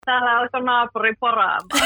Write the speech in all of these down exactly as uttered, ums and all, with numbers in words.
Täällä alkoi naapuri poraamaan.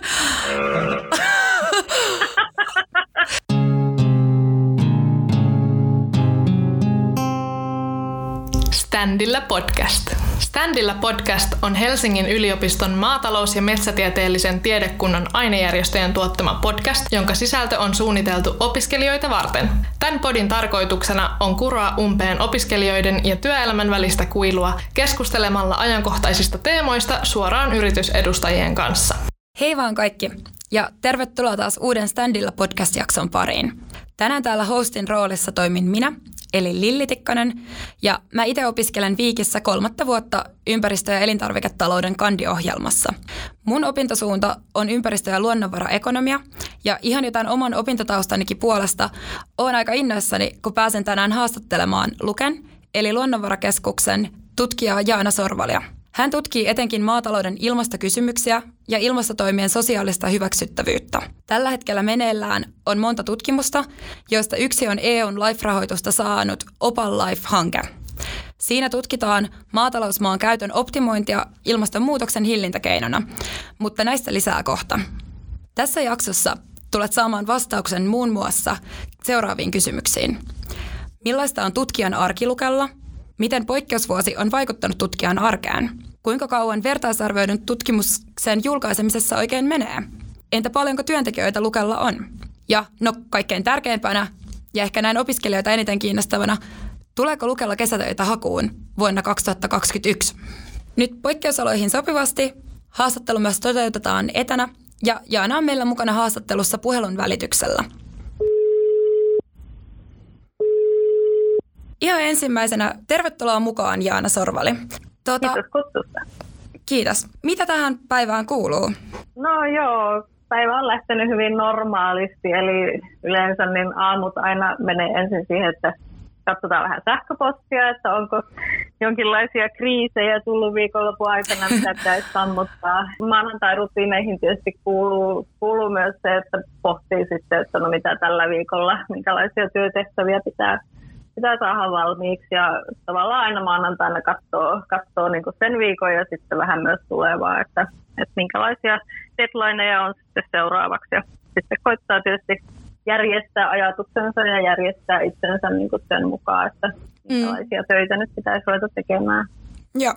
Standilla podcast. Standilla podcast on Helsingin yliopiston maatalous- ja metsätieteellisen tiedekunnan ainejärjestöjen tuottama podcast, jonka sisältö on suunniteltu opiskelijoita varten. Tämän podin tarkoituksena on kuroa umpeen opiskelijoiden ja työelämän välistä kuilua keskustelemalla ajankohtaisista teemoista suoraan yritysedustajien kanssa. Hei vaan kaikki ja tervetuloa taas uuden Standilla podcast-jakson pariin. Tänään täällä hostin roolissa toimin minä, eli Lilli Tikkanen, ja mä itse opiskelen Viikissä kolmatta vuotta ympäristö- ja elintarviketalouden kandiohjelmassa. Mun opintosuunta on ympäristö- ja luonnonvaraekonomia, ja ihan jo tämän oman opintotaustanikin puolesta oon aika innoissani, kun pääsen tänään haastattelemaan Luken, eli Luonnonvarakeskuksen tutkijaa Jaana Sorvalia. Hän tutkii etenkin maatalouden ilmastokysymyksiä ja ilmastotoimien sosiaalista hyväksyttävyyttä. Tällä hetkellä meneillään on monta tutkimusta, joista yksi on E U:n LIFE-rahoitusta saanut Opal Life-hanke. Siinä tutkitaan maatalousmaan käytön optimointia ilmastonmuutoksen hillintäkeinona, mutta näistä lisää kohta. Tässä jaksossa tulet saamaan vastauksen muun muassa seuraaviin kysymyksiin. Millaista on tutkijan arki Lukella? Miten poikkeusvuosi on vaikuttanut tutkijan arkeen? Kuinka kauan vertaisarvioidun tutkimuksen julkaisemisessa oikein menee? Entä paljonko työntekijöitä Lukella on? Ja no kaikkein tärkeimpänä ja ehkä näin opiskelijoita eniten kiinnostavana, tuleeko Lukella kesätöitä hakuun vuonna kaksituhattakaksikymmentäyksi? Nyt poikkeusoloihin sopivasti haastattelu myös toteutetaan etänä ja Jaana on meillä mukana haastattelussa puhelun välityksellä. Ihan ensimmäisenä tervetuloa mukaan Jaana Sorvali. Tuota, Kiitos kutsusta. Kiitos. Mitä tähän päivään kuuluu? No joo, päivä on lähtenyt hyvin normaalisti, eli yleensä niin aamut aina menee ensin siihen, että katsotaan vähän sähköpostia, että onko jonkinlaisia kriisejä tullut viikonlopun aikana, mitä pitäisi sammuttaa. Maanantai-rutiineihin tietysti kuuluu, kuuluu myös se, että pohtii sitten, että no mitä tällä viikolla, minkälaisia työtehtäviä pitää Pitää saada valmiiksi ja tavallaan aina maanantaina katsoo, katsoo niin kuin sen viikon ja sitten vähän myös tulevaa, että, että minkälaisia deadlineja on sitten seuraavaksi. Ja sitten koittaa tietysti järjestää ajatuksensa ja järjestää itsensä niin kuin sen mukaan, että minkälaisia mm. töitä nyt pitäisi ruveta tekemään. Joo.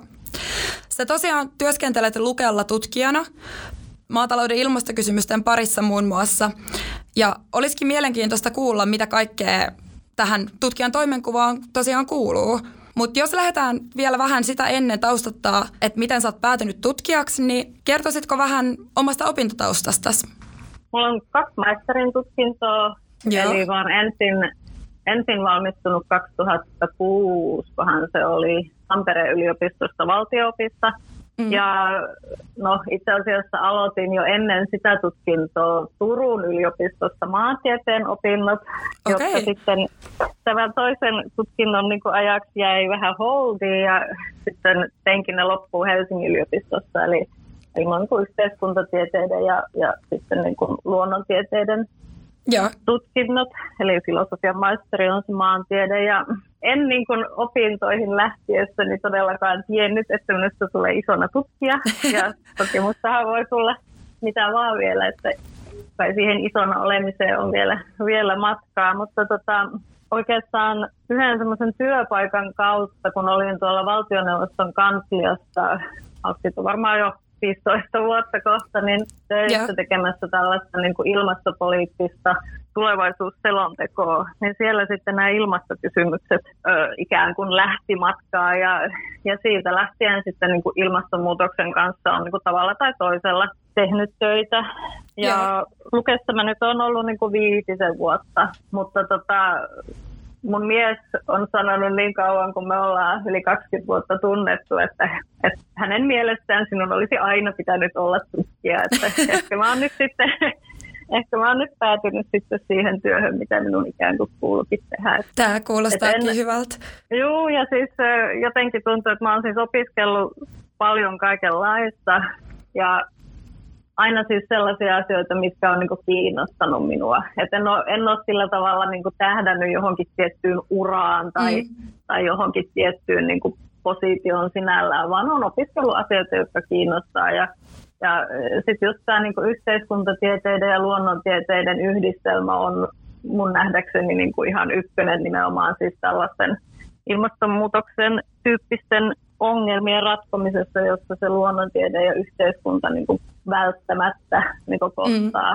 Sä tosiaan työskentelet Lukella tutkijana maatalouden ilmastokysymysten parissa muun muassa. Ja olisikin mielenkiintoista kuulla, mitä kaikkea tähän tutkijan toimenkuvaan tosiaan kuuluu. Mutta jos lähdetään vielä vähän sitä ennen taustattaa, että miten sä oot päätynyt tutkijaksi, niin kertoisitko vähän omasta opintotaustastasi? Mulla on kaksi maisterin tutkintoa, Joo. eli mä oon ensin, ensin valmistunut kaksituhattakuusi, kohan se oli Tampereen yliopistosta valtio-opista. Mm. Ja no, itse asiassa aloitin jo ennen sitä tutkintoa Turun yliopistosta maantieteen opinnot, okay. jotka sitten tämän toisen tutkinnon niin kuin ajaksi jäi vähän holdiin ja sitten teinkin ne loppuun Helsingin yliopistossa. Eli, eli mä olen yhteiskuntatieteiden ja, ja sitten niin kuin luonnontieteiden ja. tutkinnot, eli filosofian maisteri on se maantiede ja en niin kuin opintoihin lähtiessäni todellakaan tiennyt, että minusta tulee isona tutkija. Ja toki mustahan voi tulla mitä vaan vielä, että kai siihen isona olemiseen on vielä, vielä matkaa. Mutta tota, oikeastaan yhden semmoisen työpaikan kautta, kun olin tuolla valtioneuvoston kansliassa, alkoi varmaan jo viisitoista vuotta kohta, niin töissä tekemässä tällaista niin kuin ilmastopoliittista tulevaisuusselontekoa, niin siellä sitten nämä ilmastokysymykset ö, ikään kuin lähti matkaan ja, ja siitä lähtien sitten niin kuin ilmastonmuutoksen kanssa on niin kuin tavalla tai toisella tehnyt töitä. Ja yeah. Lukessa mä nyt on ollut niin kuin viitisen vuotta, mutta tota, mun mies on sanonut niin kauan, kun me ollaan yli kaksikymmentä vuotta tunnettu, että, että hänen mielestään sinun olisi aina pitänyt olla tutkija. Että ehkä mä oon nyt sitten... Ehkä mä oon nyt päätynyt sitten siihen työhön, mitä minun ikään kuin kuuluukin tehdä. Tämä kuulostaakin en, hyvältä. Joo, ja siis jotenkin tuntuu, että mä oon siis opiskellut paljon kaikenlaista. Ja aina siis sellaisia asioita, mitkä on niinku kiinnostanut minua. Et en ole, en ole sillä tavalla niinku tähdännyt johonkin tiettyyn uraan tai, mm. tai johonkin tiettyyn niinku positioon sinällään, vaan on opiskeluasioita, jotka kiinnostaa. Ja, ja sitten just tämä niin kuin yhteiskuntatieteiden ja luonnontieteiden yhdistelmä on mun nähdäkseni niin kuin ihan ykkönen nimenomaan siis tällaisen ilmastonmuutoksen tyyppisten ongelmien ratkomisessa, jossa se luonnontiede ja yhteiskunta niin kuin välttämättä niin kuin kohtaa. Mm.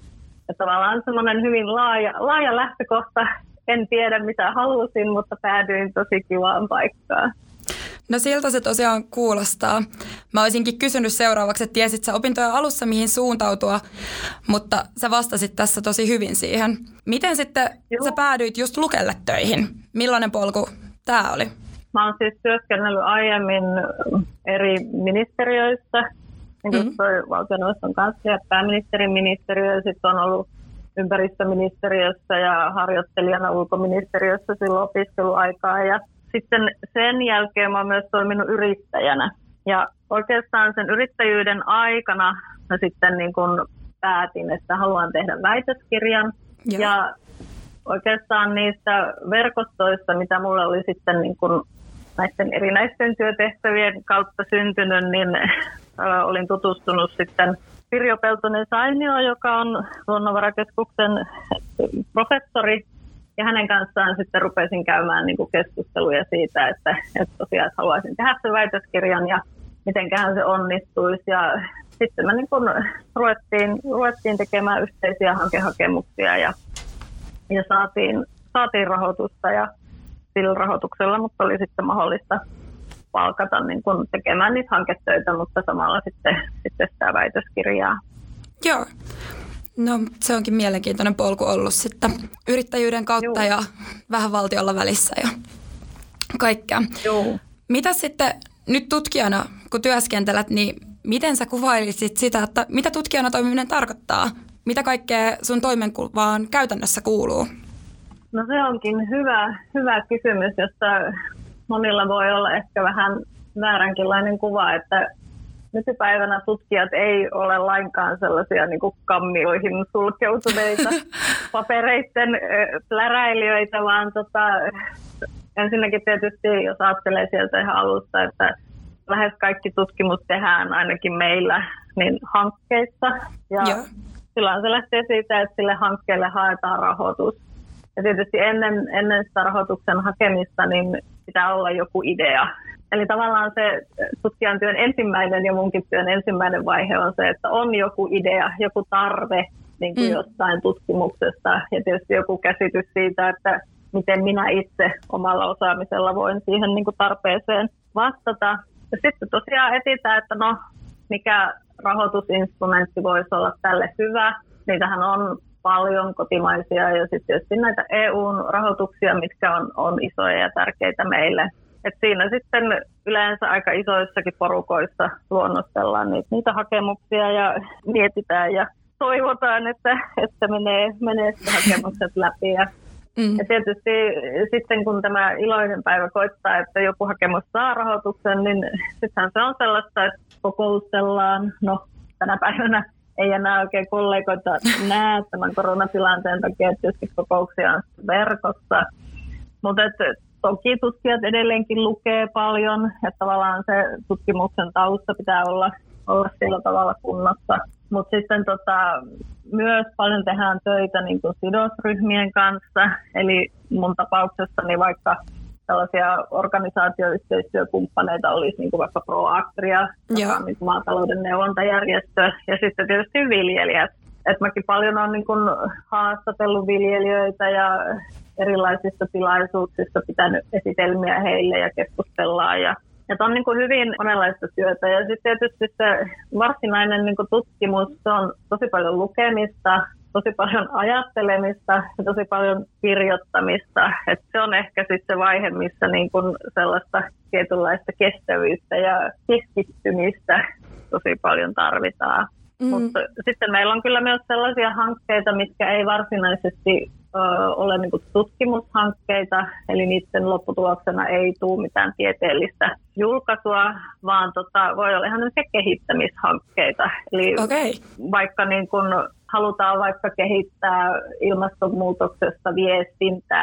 Ja tavallaan semmoinen hyvin laaja, laaja lähtökohta. En tiedä mitä halusin, mutta päädyin tosi kivaan paikkaan. No siltä se tosiaan kuulostaa. Mä olisinkin kysynyt seuraavaksi, että tiesit sä opintojen alussa mihin suuntautua, mutta sä vastasit tässä tosi hyvin siihen. Miten sitten Joo. sä päädyit just Lukelle töihin? Millainen polku tää oli? Mä oon siis työskennellyt aiemmin eri ministeriöissä, niin kuin mm-hmm. toi valtioneuvoston kanslia, pääministerin ministeriö, ja sitten on ollut ympäristöministeriössä ja harjoittelijana ulkoministeriössä silloin opiskeluaikaa. Ja sitten sen jälkeen mä oon myös toiminut yrittäjänä. Ja oikeastaan sen yrittäjyyden aikana mä sitten niin kun päätin, että haluan tehdä väitöskirjan. Ja, ja oikeastaan niistä verkostoista, mitä mulle oli sitten niin kun näiden erinäisten työtehtävien kautta syntynyt, niin äh, olin tutustunut sitten Pirjo Peltonen-Sainio, joka on Luonnonvarakeskuksen professori, ja hänen kanssaan sitten rupesin käymään niin kuin keskusteluja siitä, että, että tosiaan että haluaisin tehdä sen väitöskirjan ja mitenköhän se onnistuisi. Ja sitten me niin kuin ruvettiin, ruvettiin tekemään yhteisiä hankehakemuksia ja, ja saatiin, saatiin rahoitusta ja sillä rahoituksella, mutta oli sitten mahdollista palkata niin kuin tekemään niitä hanketöitä, mutta samalla sitten, sitten sitä väitöskirjaa. Joo. No se onkin mielenkiintoinen polku ollut sitten yrittäjyyden kautta Joo. ja vähän valtiolla välissä ja kaikkea. Joo. Mitä sitten nyt tutkijana, kun työskentelet, niin miten sä kuvailisit sitä, että mitä tutkijana toimiminen tarkoittaa? Mitä kaikkea sun toimenkuvaan käytännössä kuuluu? No se onkin hyvä, hyvä kysymys, josta monilla voi olla ehkä vähän vääränkinlainen kuva, että nykypäivänä tutkijat ei ole lainkaan sellaisia niin kuin kammioihin sulkeutuneita papereiden pläräilijöitä, vaan tota, ensinnäkin tietysti, jos ajattelee sieltä ihan alusta, että lähes kaikki tutkimus tehdään ainakin meillä niin hankkeissa. Ja yeah. silloin se lähtee siitä, että sille hankkeelle haetaan rahoitus. Ja tietysti ennen, ennen sitä rahoituksen hakemista niin pitää olla joku idea. Eli tavallaan se tutkijan työn ensimmäinen ja munkin työn ensimmäinen vaihe on se, että on joku idea, joku tarve niin kuin mm. jostain tutkimuksesta ja tietysti joku käsitys siitä, että miten minä itse omalla osaamisella voin siihen niin kuin tarpeeseen vastata. Ja sitten tosiaan etsitään, että no mikä rahoitusinstrumentti voisi olla tälle hyvä. Niitähän on paljon kotimaisia ja sitten tietysti näitä E U-rahoituksia, mitkä on, on isoja ja tärkeitä meille. Et siinä sitten yleensä aika isoissakin porukoissa luonnostellaan niitä, niitä hakemuksia ja mietitään ja toivotaan, että, että menee, menee sitten hakemukset läpi. Ja, mm. ja tietysti sitten kun tämä iloinen päivä koittaa, että joku hakemus saa rahoituksen, niin sittenhän se on sellaista, että kokoustellaan. No tänä päivänä ei enää oikein kollegoita näe tämän koronatilanteen takia, että tietysti kokouksia on verkossa. Mutta toki tutkijat edelleenkin lukee paljon, että tavallaan se tutkimuksen tausta pitää olla, olla sillä tavalla kunnossa. Mutta sitten tota, myös paljon tehdään töitä niin kuin sidosryhmien kanssa, eli mun tapauksessani vaikka tällaisia organisaatioyhteistyökumppaneita olisi niin kuin vaikka ProAgria, joka on niin kuin maatalouden neuvontajärjestö, ja sitten tietysti viljelijät. Et mäkin paljon olen niin kuin haastatellut viljelijöitä ja erilaisissa tilaisuuksissa pitänyt esitelmiä heille ja keskustellaan. Ja, ja tämä on niin kuin hyvin monenlaista työtä. Ja sitten tietysti se varsinainen niin kuin tutkimus, se on tosi paljon lukemista, tosi paljon ajattelemista ja tosi paljon kirjoittamista. Et se on ehkä sitten se vaihe, missä niin kuin sellaista tietynlaista kestävyyttä ja keskittymistä tosi paljon tarvitaan. Mm. Mutta sitten meillä on kyllä myös sellaisia hankkeita, mitkä ei varsinaisesti ö, ole niin kuin tutkimushankkeita, eli niiden lopputuloksena ei tule mitään tieteellistä julkaisua, vaan tota, voi olla ihan kehittämishankkeita. Eli okay. vaikka niin kun halutaan vaikka kehittää ilmastonmuutoksesta viestintää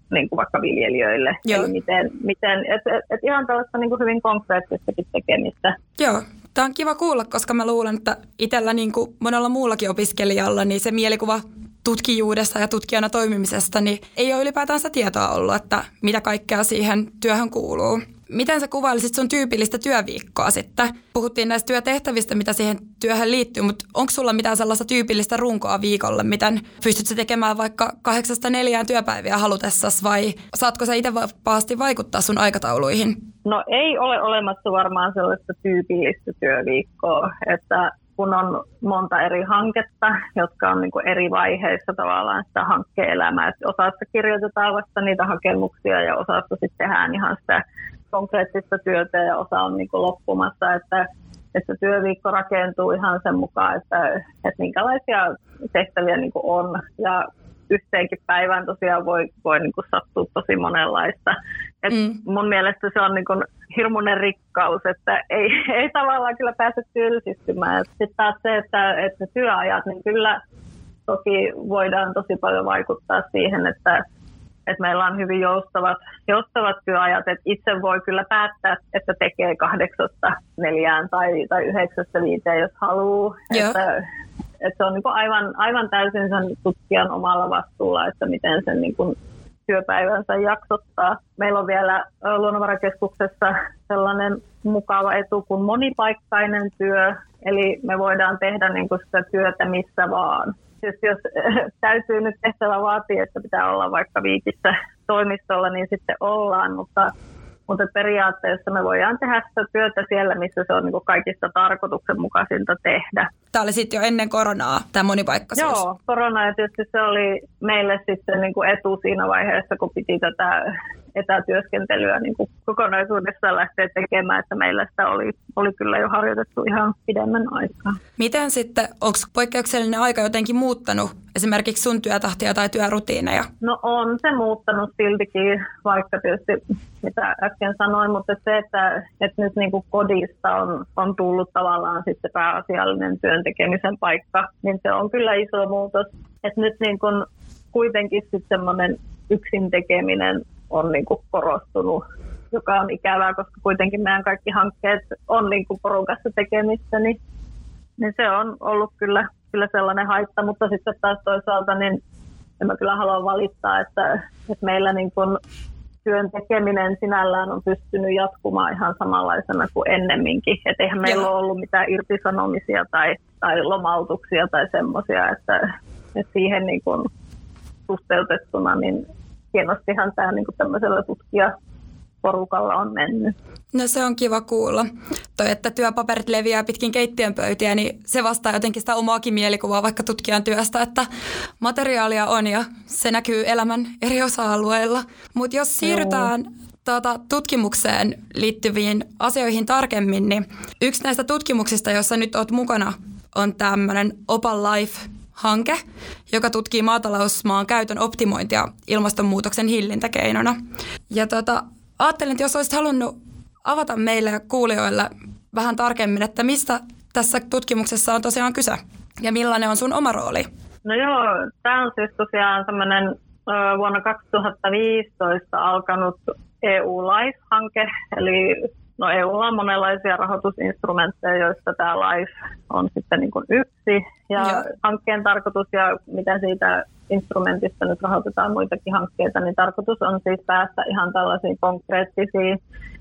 niin kuin vaikka viljelijöille. Joo. Eli miten, miten et, et, et ihan tällaista niin kuin hyvin konkreettistakin tekemistä. Joo. Tämä on kiva kuulla, koska mä luulen, että itsellä niin kuin monella muullakin opiskelijalla niin se mielikuva tutkijuudesta ja tutkijana toimimisesta niin ei ole ylipäätään sitä tietoa ollut, että mitä kaikkea siihen työhön kuuluu. Miten sä kuvailisit sun tyypillistä työviikkoa sitten? Puhuttiin näistä työtehtävistä, mitä siihen työhön liittyy, mutta onko sulla mitään sellaista tyypillistä runkoa viikolle, miten pystyt sä tekemään vaikka kahdeksasta neljään työpäiviä halutessasi vai saatko sä itse vapaasti vaikuttaa sun aikatauluihin? No ei ole olemassa varmaan sellaista tyypillistä työviikkoa, että kun on monta eri hanketta, jotka on niin kuin eri vaiheissa tavallaan sitä hankkeen elämää. Että osasta kirjoitetaan vasta niitä hakemuksia ja osasta sitten tehdään ihan sitä konkreettista työtä ja osa on niin kuin loppumassa. Että, että työviikko rakentuu ihan sen mukaan, että, että minkälaisia tehtäviä niin kuin on. Ja yhteenkin päivään tosiaan voi, voi niin kuin sattua tosi monenlaista. Et mm. Mun mielestä se on niin kuin hirmuinen rikkaus, että ei, ei tavallaan kyllä pääse tylsistymään. Sitten taas se, että, että työajat, niin kyllä toki voidaan tosi paljon vaikuttaa siihen, että, että meillä on hyvin joustavat, joustavat työajat. Että itse voi kyllä päättää, että tekee kahdeksasta neljään tai, tai yhdeksästä viiteen, jos haluaa. Että, että se on niin kuin aivan, aivan täysin sen tutkijan omalla vastuulla, että miten sen niin kuin työpäivänsä jaksottaa. Meillä on vielä Luonnonvarakeskuksessa sellainen mukava etu kuin monipaikkainen työ, eli me voidaan tehdä niin kuin sitä työtä missä vaan. Siis jos täytyy nyt tehtävä vaatia, että pitää olla vaikka Viikissä toimistolla, niin sitten ollaan, mutta Mutta periaatteessa me voidaan tehdä sitä työtä siellä, missä se on niin kuin kaikista tarkoituksenmukaisinta tehdä. Tämä oli sitten jo ennen koronaa, tämä monipaikkaisuus. Joo, korona ja tietysti se oli meille sitten niin kuin etu siinä vaiheessa, kun piti tätä etätyöskentelyä niin kuin kokonaisuudessaan lähteä tekemään, että meillä sitä oli, oli kyllä jo harjoitettu ihan pidemmän aikaa. Miten sitten, onko poikkeuksellinen aika jotenkin muuttanut esimerkiksi sun työtahtia tai työrutiineja? No on se muuttanut siltikin, vaikka tietysti mitä äsken sanoin, mutta se, että, että nyt niin kuin kodista on, on tullut tavallaan sitten pääasiallinen työn tekemisen paikka, niin se on kyllä iso muutos. Että nyt niin kuin kuitenkin sitten semmoinen yksin tekeminen on niin kuin korostunut, joka on ikävää, koska kuitenkin meidän kaikki hankkeet on niin kuin porukassa tekemistä, niin, niin se on ollut kyllä, kyllä sellainen haitta, mutta sitten taas toisaalta niin en mä kyllä halua valittaa, että, että meillä niin kuin työn tekeminen sinällään on pystynyt jatkumaan ihan samanlaisena kuin ennemminkin. Että eihän meillä ole ollut mitään irtisanomisia tai, tai lomautuksia tai semmoisia, että, että siihen niin kuin suhteutettuna niin hienostihan tämä niin kuin tämmöisellä tutkijaporukalla on mennyt. No se on kiva kuulla. Toi, että työpaperit leviää pitkin keittiön pöytiä, niin se vastaa jotenkin sitä omaakin mielikuvaa vaikka tutkijan työstä, että materiaalia on ja se näkyy elämän eri osa-alueilla. Mutta jos siirrytään tuota, tutkimukseen liittyviin asioihin tarkemmin, niin yksi näistä tutkimuksista, jossa nyt olet mukana, on tämmöinen Opal Life-hanke, joka tutkii maatalousmaan käytön optimointia ilmastonmuutoksen hillintäkeinona. Ja tota, ajattelin, että jos olisit halunnut avata meille ja kuulijoille vähän tarkemmin, että mistä tässä tutkimuksessa on tosiaan kyse ja millainen on sun oma rooli? No joo, tämä on siis tosiaan semmoinen vuonna kaksituhattaviisitoista alkanut E U Life-hanke, eli no E U:lla on monenlaisia rahoitusinstrumentteja, joista tämä Life on sitten niin kuin yksi. Ja Joo. hankkeen tarkoitus ja miten siitä instrumentista nyt rahoitetaan muitakin hankkeita, niin tarkoitus on siis päästä ihan tällaisiin konkreettisiin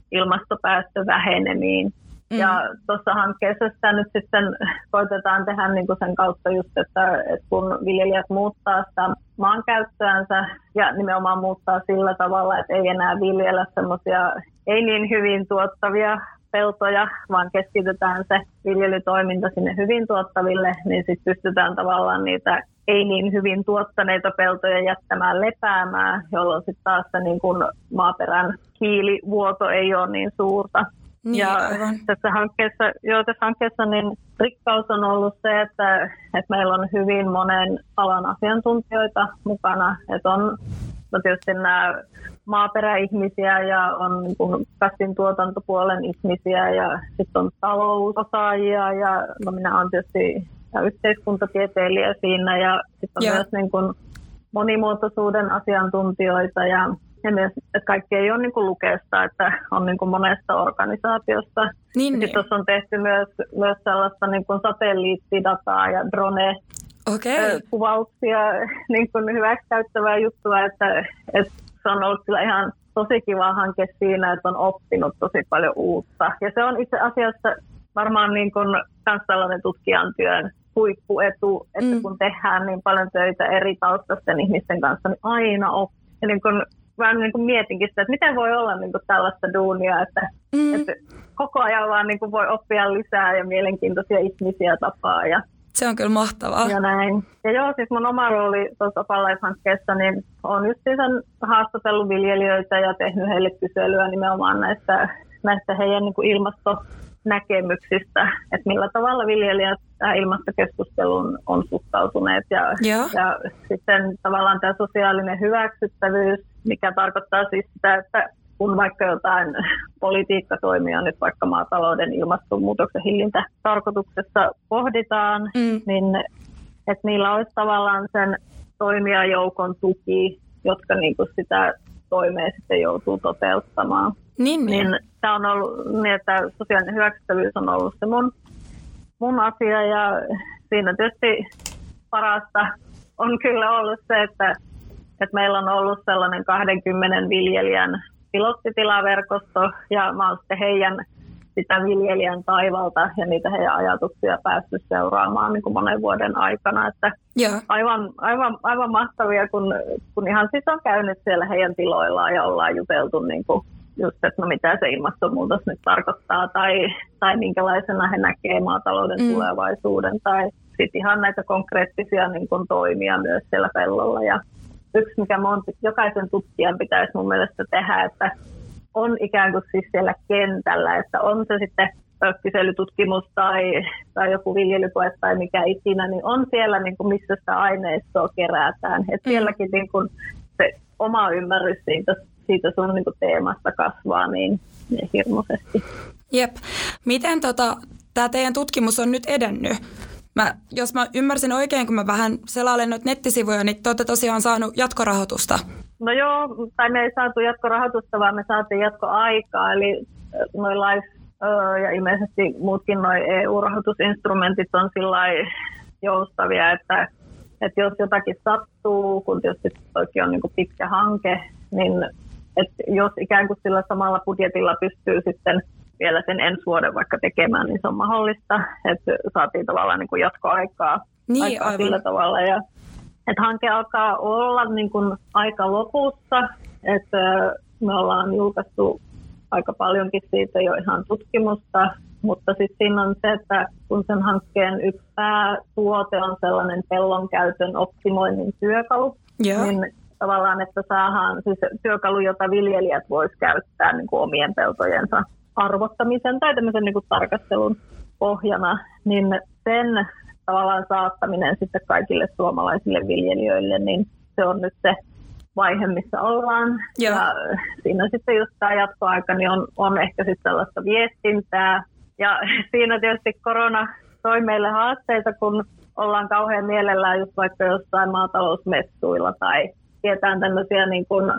ilmastopäästövähenemiin. Mm. Ja tuossa hankkeessa sitä nyt sitten koitetaan tehdä niin kuin sen kautta just, että, että kun viljelijät muuttaa sitä maankäyttöänsä ja nimenomaan muuttaa sillä tavalla, että ei enää viljellä semmoisia ei niin hyvin tuottavia peltoja, vaan keskitytään se viljelytoiminta sinne hyvin tuottaville, niin sitten pystytään tavallaan niitä ei niin hyvin tuottaneita peltoja jättämään lepäämään, jolloin sitten taas se niin kun maaperän hiilivuoto ei ole niin suurta. Niin, ja tässä hankkeessa, joo, tässä hankkeessa niin rikkaus on ollut se, että, että meillä on hyvin monen alan asiantuntijoita mukana, että on no tietysti nämä maaperäihmisiä ja on niin kuin kasvintuotantopuolen ihmisiä ja sitten on talousosaajia ja no minä olen tietysti yhteiskuntatieteilijä siinä ja sitten on Joo. myös niin kuin monimuotoisuuden asiantuntijoita ja, ja myös, että kaikki ei ole niin kuin Lukesta, että on niin kuin monesta organisaatiosta. Niin, ja niin. sitten on tehty myös, myös sellaista niin kuin satelliittidataa ja drone-kuvauksia okay. niin kuin hyväksikäyttävää juttua, että, että se on ollut kyllä ihan tosi kiva hanke siinä, että on oppinut tosi paljon uutta. Ja se on itse asiassa varmaan niin kuin myös tällainen tutkijan työn huippuetu, että mm. kun tehdään niin paljon töitä eri taustaisten ihmisten kanssa, niin aina oppii. Ja niin kun, mä niin kun mietinkin sitä, että miten voi olla niin kun tällaista duunia, että, mm. että koko ajan vaan niin kun voi oppia lisää ja mielenkiintoisia ihmisiä tapaa. Ja, se on kyllä mahtavaa. Ja näin. Ja joo, siis mun oma rooli tuossa Open Life-hankkeessa, niin olen just siis haastatellut viljelijöitä ja tehnyt heille kyselyä nimenomaan näistä, näistä heidän niin kun ilmastonäkemyksistä, että millä tavalla viljelijät ilmastokeskusteluun on suhtautuneet ja, ja sitten tavallaan tämä sosiaalinen hyväksyttävyys, mikä tarkoittaa siis sitä, että kun vaikka jotain politiikkatoimia nyt vaikka maatalouden ilmastonmuutoksen hillintä tarkoituksessa pohditaan, mm. niin että niillä olisi tavallaan sen toimijajoukon tuki, jotka niinku sitä toimea sitten joutuu toteuttamaan. Niin, niin. niin tämä on ollut niin, että sosiaalinen hyväksyttävyys on ollut se mun mun asia ja siinä tietysti parasta on kyllä ollut se, että, että meillä on ollut sellainen kaksikymmentä viljelijän pilottitilaverkosto ja mä oon sitten heidän sitä viljelijän taivalta ja niitä heidän ajatuksia päässyt seuraamaan niin kuin monen vuoden aikana. Että aivan, aivan, aivan mahtavia, kun, kun ihan siis on käynyt siellä heidän tiloillaan ja ollaan juteltu niin kuin just, että no mitä se ilmastonmuutos nyt tarkoittaa tai, tai minkälaisena he näkee maatalouden mm. tulevaisuuden tai sitten ihan näitä konkreettisia niin kun, toimia myös siellä pellolla. Ja yksi, mikä mun, jokaisen tutkijan pitäisi mun mielestä tehdä, että on ikään kuin siis siellä kentällä, että on se sitten kyselytutkimus tai, tai joku viljelykoe tai mikä ikinä, niin on siellä, niin kuin, missä sitä aineistoa kerätään. Että mm. sielläkin niin kun, se oma ymmärrys siitä siitä sun niin kuin teemasta kasvaa niin, niin hirmuisesti. Jep. Miten tota, tämä teidän tutkimus on nyt edennyt? Mä, jos mä ymmärsin oikein, kun mä vähän selailen noita nettisivuja, niin te olette tosiaan saanut jatkorahoitusta. No joo, tai me ei saatu jatkorahoitusta, vaan me saatiin jatkoaikaa. Eli noi Life ja ilmeisesti muutkin noi E U-rahoitusinstrumentit on sillai joustavia, että, että jos jotakin sattuu, kun tietysti toki on niin kuin pitkä hanke, niin että jos ikään kuin sillä samalla budjetilla pystyy sitten vielä sen ensi vuoden vaikka tekemään, niin se on mahdollista. Että saatiin tavallaan niin kuin jatkoaikaa niin, aikaa sillä tavalla. Ja, että hanke alkaa olla niin kuin aika lopussa. Että me ollaan julkaistu aika paljonkin siitä jo ihan tutkimusta. Mutta sitten siinä on se, että kun sen hankkeen yksi päätuote on sellainen pellon käytön optimoinnin työkalu, yeah. niin tavallaan, että saadaan siis työkalu, jota viljelijät vois käyttää niin kuin omien peltojensa arvottamisen tai tämmöisen niin kuin tarkastelun pohjana, niin sen tavallaan saattaminen sitten kaikille suomalaisille viljelijöille, niin se on nyt se vaihe, missä ollaan. Joo. Ja siinä sitten just tämä jatkoaika niin on, on ehkä sitten sellaista viestintää. Ja siinä tietysti korona toi meille haasteita, kun ollaan kauhean mielellään just vaikka jossain maatalousmessuilla tai tietään tämmöisiä niin kuin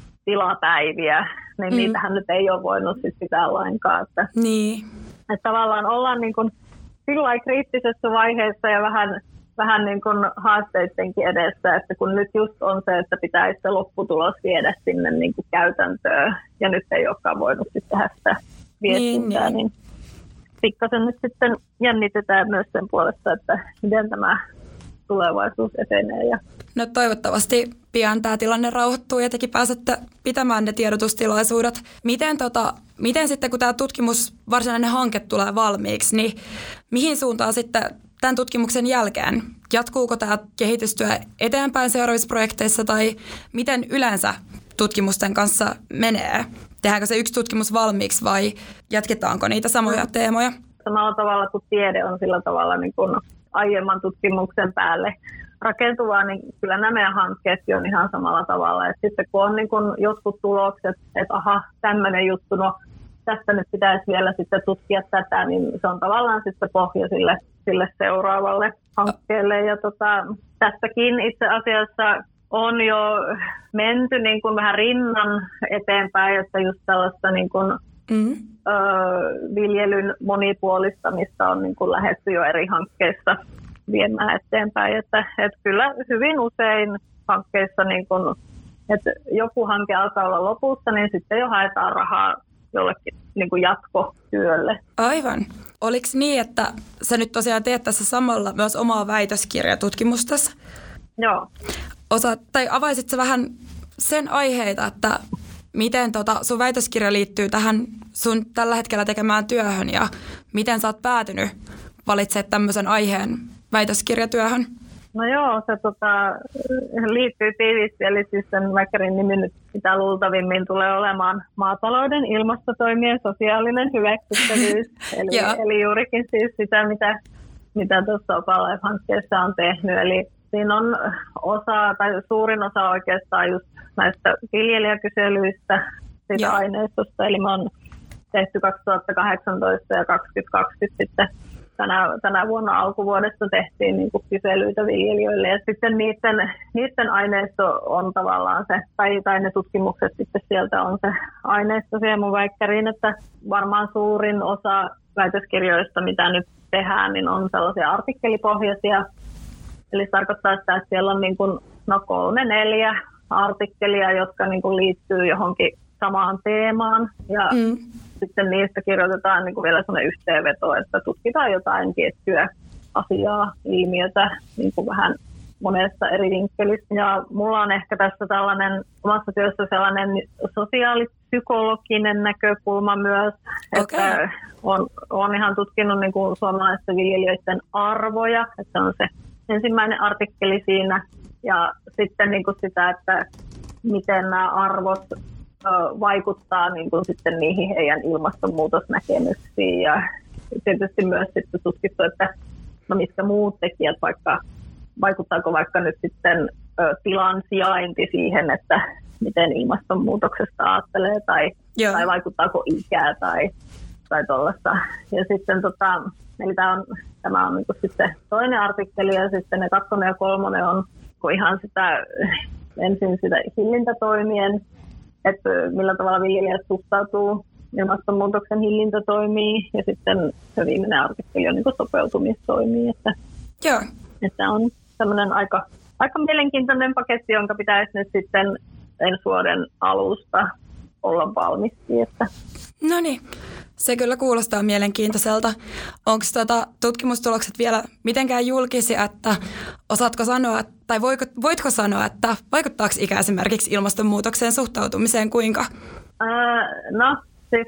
tilapäiviä, niin mm. niitähän nyt ei ole voinut sit pitää lainkaan. Että, niin. että tavallaan ollaan niin kuin sillai kriittisessä vaiheessa ja vähän, vähän niin kuin haasteidenkin edessä, että kun nyt just on se, että pitäisi se lopputulos viedä sinne niin kuin käytäntöön ja nyt ei olekaan voinut sitten tehdä sitä viestintää, niin, niin. niin pikkasen nyt sitten jännitetään myös sen puolesta, että miten tämä tulevaisuus etenee. Ja no toivottavasti pian tämä tilanne rauhoittuu ja tekin pääsette pitämään ne tiedotustilaisuudet. Miten, tota, miten sitten, kun tämä tutkimus, varsinainen hanke tulee valmiiksi, niin mihin suuntaan sitten tämän tutkimuksen jälkeen? Jatkuuko tämä kehitystyö eteenpäin seuraavissa projekteissa tai miten yleensä tutkimusten kanssa menee? Tehdäänkö se yksi tutkimus valmiiksi vai jatketaanko niitä samoja teemoja? Samalla tavalla kuin tiede on sillä tavalla niin kuin aiemman tutkimuksen päälle rakentuvaa, niin kyllä nämä meidän hankkeetkin on ihan samalla tavalla. Et sitten kun on niin kun jotkut tulokset, että aha, tämmöinen juttu, no tästä nyt pitäisi vielä sitten tutkia tätä, niin se on tavallaan sitten pohja sille, sille seuraavalle hankkeelle. Ja tota, tästäkin itse asiassa on jo menty niin kuin vähän rinnan eteenpäin, että just tällaista niin kuin, mm-hmm. ö, viljelyn monipuolistamista on niin kuin lähdetty jo eri hankkeissa viemään eteenpäin. Että, että kyllä hyvin usein hankkeissa, niin kuin, että joku hanke alkaa olla lopussa, niin sitten jo haetaan rahaa jollekin niin kuin jatkotyölle. Aivan. Oliko niin, että sä nyt tosiaan teet tässä samalla myös omaa väitöskirjatutkimustasi? Joo. Osaat, tai avaisit sä vähän sen aiheita, että miten tota sun väitöskirja liittyy tähän sun tällä hetkellä tekemään työhön ja miten sä oot päätynyt valitsemaan tämmöisen aiheen väitöskirjatyöhön? No joo, se tota, liittyy tiiviisti, eli siis sen väikkärin nimi nyt mitä luultavimmin tulee olemaan maatalouden ilmastotoimien sosiaalinen hyväksyttävyys. eli, eli juurikin siis sitä, mitä, mitä tuossa Opalife-hankkeessa on tehnyt. Eli siinä on osa, tai suurin osa oikeastaan just näistä viljelijäkyselyistä, siitä Joo. aineistosta. Eli me on tehty kaksituhattakahdeksantoista ja kaksituhattakaksikymmentä sitten. Tänä, tänä vuonna alkuvuodesta tehtiin niin kuin kyselyitä viljelijöille ja sitten niiden, niiden aineisto on tavallaan se, tai, tai ne tutkimukset sitten sieltä on se aineisto siihen mun väikkäriin, että varmaan suurin osa väitöskirjoista, mitä nyt tehdään, niin on sellaisia artikkelipohjaisia. Eli se tarkoittaa sitä, että siellä on niin kuin, no kolme, neljä artikkelia, jotka niin kuin liittyy johonkin samaan teemaan ja mm. sitten niistä kirjoitetaan niin kuin vielä sellainen yhteenveto, että tutkitaan jotain tiettyä asiaa, ilmiötä niin kuin vähän monesta eri vinkkelistä. Ja mulla on ehkä tässä tällainen omassa työssä sellainen sosiaalipsykologinen näkökulma myös, okay. että on, on ihan tutkinut niin kuin suomalaisten viljelijöiden arvoja, että on se ensimmäinen artikkeli siinä ja sitten niin kuin sitä, että miten nämä arvot vaikuttaa niin kuin sitten niihin heidän ilmastonmuutosnäkemyksiin ja tietysti myös sitten tutkittu, että no missä muut tekijät, vaikka vaikuttaako vaikka nyt sitten ö, tilan sijainti siihen, että miten ilmastonmuutoksesta ajattelee tai, tai vaikuttaako ikää tai, tai tuollaista. Ja sitten tota, eli tämä on, tämä on niin kuin sitten toinen artikkeli ja sitten ne kakkonen ja kolmonen on ihan sitä ensin sitä hillintätoimien, että millä tavalla viljelijät suhtautuu ilmastonmuutoksen hillintätoimiin ja sitten se viimeinen artikkeli on niin kuin sopeutumistoimiin. Että, Joo. että on tämmöinen aika, aika mielenkiintoinen paketti, jonka pitäisi nyt sitten ensi vuoden alusta olla valmisti. Että. No niin, se kyllä kuulostaa mielenkiintoiselta. Onko tota tutkimustulokset vielä mitenkään julkisia, että osaatko sanoa, tai voiko, voitko sanoa, että vaikuttaako ikä esimerkiksi ilmastonmuutokseen suhtautumiseen kuinka? Ää, no siis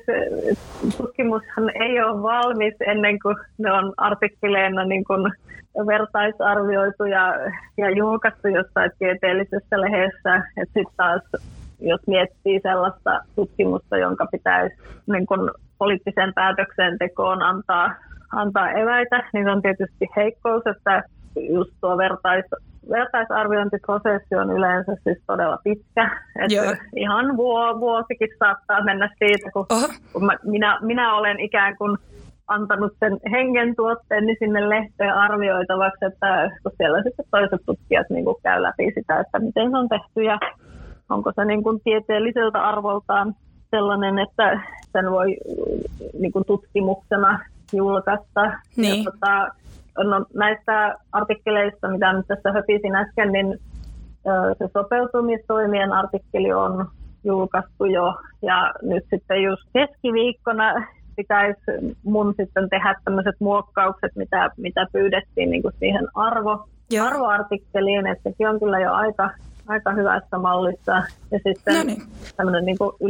tutkimushan ei ole valmis ennen kuin ne on artikkeleina niin kuin vertaisarvioitu ja, ja julkaistu jossain tieteellisessä lehdessä. Että sitten taas jos miettii sellaista tutkimusta, jonka pitäisi niin kuin poliittiseen päätöksentekoon antaa, antaa eväitä, niin se on tietysti heikkous, että just tuo vertais, vertaisarviointiprosessi on yleensä siis todella pitkä. Että ihan vuosikin saattaa mennä siitä, kun, kun mä, minä, minä olen ikään kuin antanut sen hengen tuotteeni sinne lehteen arvioitavaksi, että kun siellä sitten toiset tutkijat niin kuin käy läpi sitä, että miten se on tehty ja onko se niin kuin tieteelliseltä arvoltaan sellainen, että sen voi niin kuin tutkimuksena julkaista. Niin. Ja, tota, no, näistä artikkeleista, mitä nyt tässä höpisin äsken, niin se sopeutumistoimien artikkeli on julkaistu jo. Ja nyt sitten just keskiviikkona pitäisi mun sitten tehdä tämmöiset muokkaukset, mitä, mitä pyydettiin niin kuin siihen arvo, arvoartikkeliin. Että sekin on kyllä jo aika... aika hyvässä mallissa. Ja sitten no niin. tämmöinen niin kuin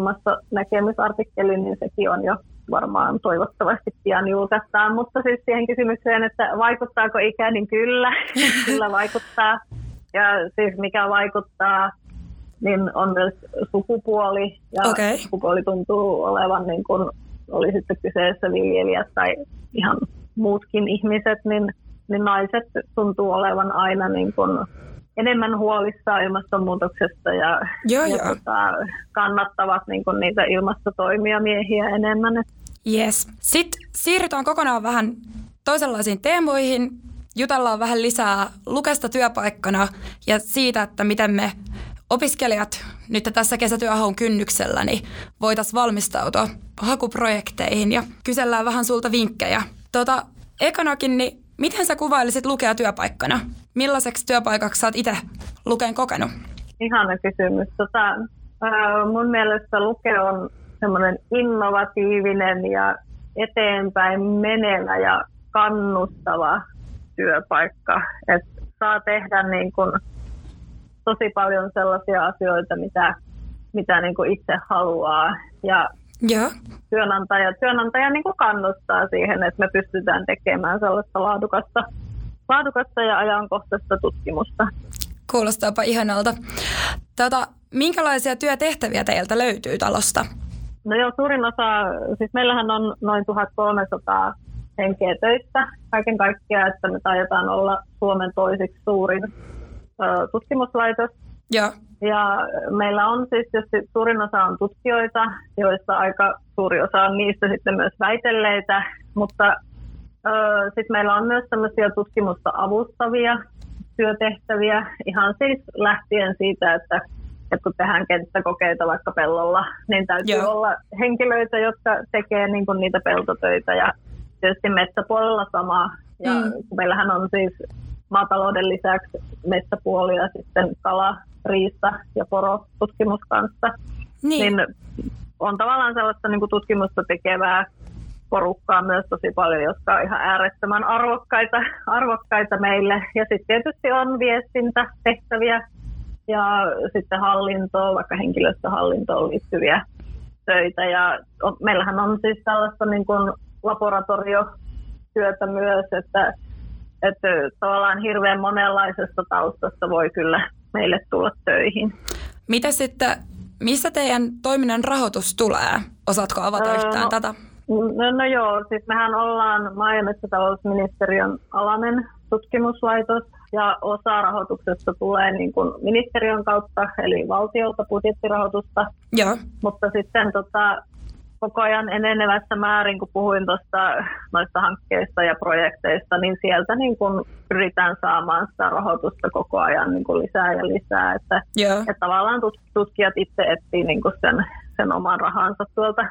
yleisilmastonäkemysartikkeli, niin sekin on jo varmaan toivottavasti pian julkaistaan. Mutta siis siihen kysymykseen, että vaikuttaako ikä, niin kyllä, kyllä vaikuttaa. Ja siis mikä vaikuttaa, niin on myös sukupuoli. Ja okay. sukupuoli tuntuu olevan, niin kuin oli sitten kyseessä viljelijät tai ihan muutkin ihmiset, niin, niin naiset tuntuu olevan aina niin kuin enemmän huolissaan ilmastonmuutoksesta ja, joo, ja joo. Tota, kannattavat niin kuin niitä ilmastotoimia miehiä enemmän. Yes. Sitten siirrytään kokonaan vähän toisenlaisiin teemoihin, jutellaan vähän lisää Lukesta työpaikkana ja siitä, että miten me opiskelijat nyt tässä kesätyöhaun kynnyksellä niin voitaisiin valmistautua hakuprojekteihin ja kysellään vähän sulta vinkkejä. Tota, ekanakin, niin miten sä kuvailisit Lukea työpaikkana? Millaiseksi työpaikaksi sä oot itse Luken kokenut? Ihana kysymys. Tota, mun mielestä Luke on semmoinen innovatiivinen ja eteenpäin menevä ja kannustava työpaikka. Et saa tehdä niin kun tosi paljon sellaisia asioita, mitä, mitä niin kun itse haluaa. Ja yeah. työnantaja, työnantaja niin kun kannustaa siihen, että me pystytään tekemään sellaista laadukasta, laadukasta ja ajankohtaista tutkimusta. Kuulostaapa ihanalta. Tota, minkälaisia työtehtäviä teiltä löytyy talosta? No joo, suurin osa, siis meillähän on noin tuhatkolmesataa henkeä töissä kaiken kaikkiaan, että me taidetaan olla Suomen toiseksi suurin ö, tutkimuslaitos. Ja. ja meillä on siis tietysti suurin osa on tutkijoita, joista aika suuri osa on niistä sitten myös väitelleitä, mutta sitten meillä on myös tämmöisiä tutkimusta avustavia työtehtäviä, ihan siis lähtien siitä, että, että kun tehdään kenttäkokeita vaikka pellolla, niin täytyy Joo. olla henkilöitä, jotka tekee niin kuin niitä peltotöitä ja tietysti metsäpuolella samaa. Ja mm. meillähän on siis maatalouden lisäksi metsäpuoli ja sitten kala, riista ja porotutkimus kanssa. Niin. niin on tavallaan sellaista niin kuin tutkimusta tekevää porukkaa myös tosi paljon, jotka on ihan äärettömän arvokkaita, arvokkaita meille. Ja sitten tietysti on viestintätehtäviä ja sitten hallintoon, vaikka henkilöstöhallintoon liittyviä töitä. Ja on, meillähän on siis tällaista niin kuin laboratoriotyötä myös, että, että tavallaan hirveän monenlaisesta taustasta voi kyllä meille tulla töihin. Mitä sitten, missä teidän toiminnan rahoitus tulee? Osaatko avata yhtään öö, no, tätä? No, no joo, siis mehän ollaan maa- ja metsätalousministeriön alainen tutkimuslaitos ja osa rahoituksesta tulee niin kuin ministeriön kautta, eli valtiolta budjettirahoitusta. Joo. Mutta sitten tota, koko ajan enenevässä määrin, kun puhuin tuosta noista hankkeista ja projekteista, niin sieltä niin kuin pyritään saamaan sitä rahoitusta koko ajan niin kuin lisää ja lisää. Että, että tavallaan tutkijat itse etsii niin kuin sen, sen oman rahansa tuolta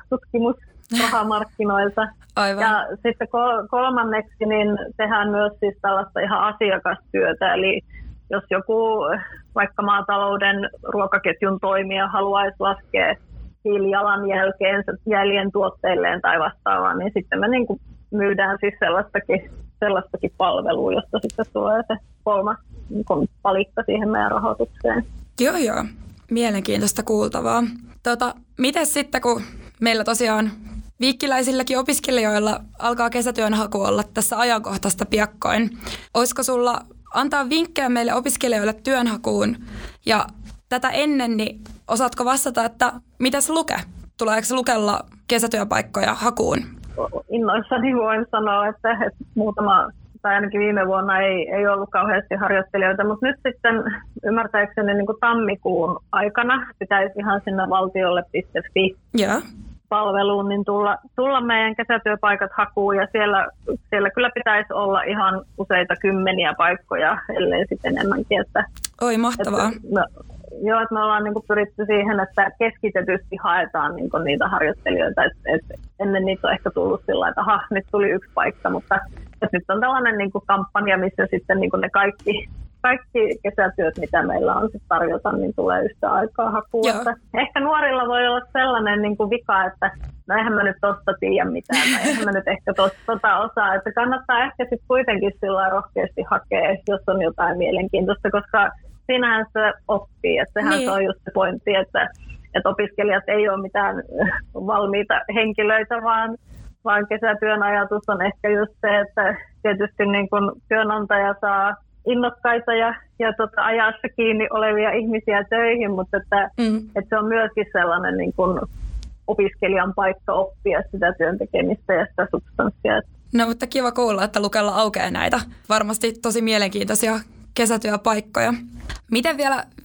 tutkimusrahamarkkinoilta. Aivan. Ja sitten kolmanneksi niin tehdään myös siis tällaista ihan asiakastyötä, eli jos joku vaikka maatalouden ruokaketjun toimija haluaisi laskea hiilijalanjälkeensä jäljen tuotteilleen tai vastaavaan, niin sitten me niin kuin myydään siis sellaistakin, sellaistakin palvelua, josta sitten tulee se kolmas niin kuin palikka siihen meidän rahoitukseen. Joo, joo. Mielenkiintoista kuultavaa. Tota, miten sitten, kun meillä tosiaan viikkiläisilläkin opiskelijoilla alkaa kesätyön haku olla tässä ajankohtaista piakkoin, olisiko sulla antaa vinkkejä meille opiskelijoille työnhakuun ja tätä ennen, niin osaatko vastata, että mitäs Luke? Tuleeko Lukella kesätyöpaikkoja hakuun? Innoissani voin sanoa, että, että muutama, tai ainakin viime vuonna ei, ei ollut kauheasti harjoittelijoita, mutta nyt sitten ymmärtääkseni niin kuin tammikuun aikana pitäisi ihan sinne valtiolle piste fi yeah. palveluun, niin tulla, tulla meidän kesätyöpaikat hakuun, ja siellä, siellä kyllä pitäisi olla ihan useita kymmeniä paikkoja, ellei sitten enemmänkin. Että, Oi, mahtavaa. Että, no, joo, että me ollaan niin kuin pyritty siihen, että keskitetysti haetaan niin kuin niitä harjoittelijoita, että, että ennen niitä on ehkä tullut sillä että aha, nyt tuli yksi paikka, mutta että nyt on tällainen niin kuin kampanja, missä sitten niin kuin ne kaikki, kaikki kesätyöt, mitä meillä on sit tarjota, niin tulee yhtä aikaa hakuun. Ehkä nuorilla voi olla sellainen niin kuin vika, että no eihän mä nyt tosta tiedä mitään, tai eihän mä nyt ehkä tosta tota osaa, että kannattaa ehkä sitten kuitenkin sillä rohkeasti hakea, jos on jotain mielenkiintoista, koska siinähän se oppii, että sehän niin. Se on just se pointti, että, että opiskelijat ei ole mitään valmiita henkilöitä, vaan, vaan kesätyön ajatus on ehkä just se, että tietysti niin kun työnantaja saa innokkaita ja, ja tota ajassa kiinni olevia ihmisiä töihin, mutta että, mm. että se on myöskin sellainen niin kun opiskelijan paikka oppia sitä työn tekemistä ja sitä substanssia. No mutta kiva kuulla, että Lukella aukeaa näitä varmasti tosi mielenkiintoisia kesätyöpaikkoja. Miten vielä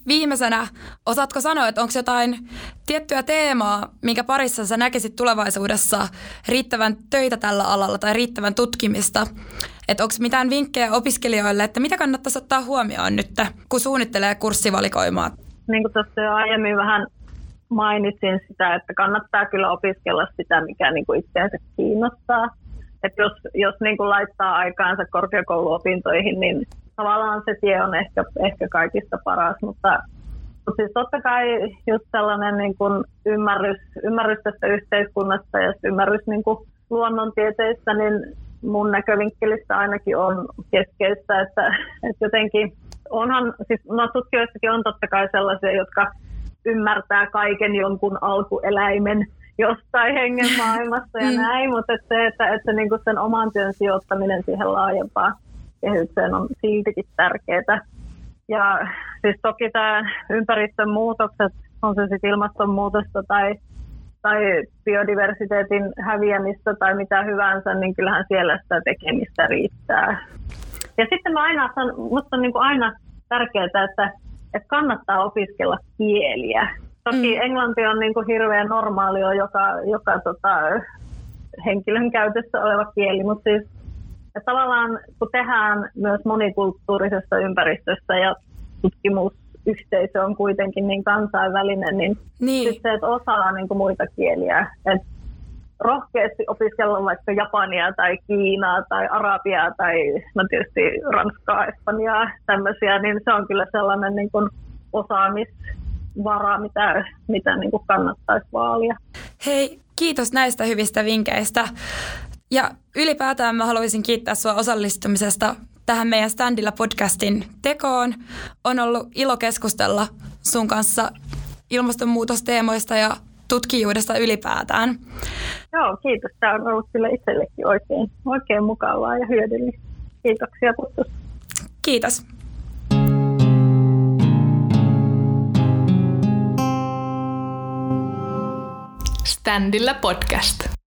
viimeisenä, osaatko sanoa, että onko jotain tiettyä teemaa, minkä parissa sä näkisit tulevaisuudessa riittävän töitä tällä alalla tai riittävän tutkimista? Että onko mitään vinkkejä opiskelijoille, että mitä kannattaisi ottaa huomioon nyt, kun suunnittelee kurssivalikoimaa? Niin kuin tuossa jo aiemmin vähän mainitsin sitä, että kannattaa kyllä opiskella sitä, mikä niin kuin itseänsä kiinnostaa. Että jos, jos niin kuin laittaa aikaansa korkeakouluopintoihin, niin tavallaan se tie on ehkä, ehkä kaikista paras, mutta, mutta siis totta kai just sellainen niin kuin ymmärrys, ymmärrys tästä yhteiskunnasta ja ymmärrys niin kuin luonnontieteistä, niin mun näkövinkkelistä ainakin on keskeistä, että, että jotenkin onhan, siis no tutkijoistakin on totta kai sellaisia, jotka ymmärtää kaiken jonkun alkueläimen jostain hengen maailmasta ja näin, mutta että se, että, että niin kuin sen oman työn sijoittaminen siihen laajempaan kehykseen on siltikin tärkeää. Ja siis toki tämä ympäristön muutokset, on se sitten ilmastonmuutosta tai, tai biodiversiteetin häviämistä tai mitä hyvänsä, niin kyllähän siellä sitä tekemistä riittää. Ja sitten mä aina, musta on niin kuin aina tärkeää, että, että kannattaa opiskella kieliä. Toki mm. englanti on niin kuin hirveän normaali, joka, joka tota, henkilön käytössä oleva kieli, mutta siis että tavallaan kun tehdään myös monikulttuurisessa ympäristössä ja tutkimusyhteisö on kuitenkin niin kansainvälinen, niin, niin. Siis se, että osaa niin kuin muita kieliä. Et rohkeasti opiskella vaikka japania tai kiinaa tai arabiaa tai no tietysti ranskaa, espanjaa, tämmöisiä, niin se on kyllä sellainen niin kuin osaamisvara, mitä, mitä niin kuin kannattaisi vaalia. Hei, kiitos näistä hyvistä vinkkeistä. Ja ylipäätään mä haluaisin kiittää sua osallistumisesta tähän meidän Standilla podcastin tekoon. On ollut ilo keskustella sun kanssa ilmastonmuutosteemoista ja tutkijuudesta ylipäätään. Joo, kiitos. Tämä on ollut kyllä itsellekin oikein, oikein mukavaa ja hyödyllistä. Kiitoksia kutsusta. Kiitos. Standilla podcast.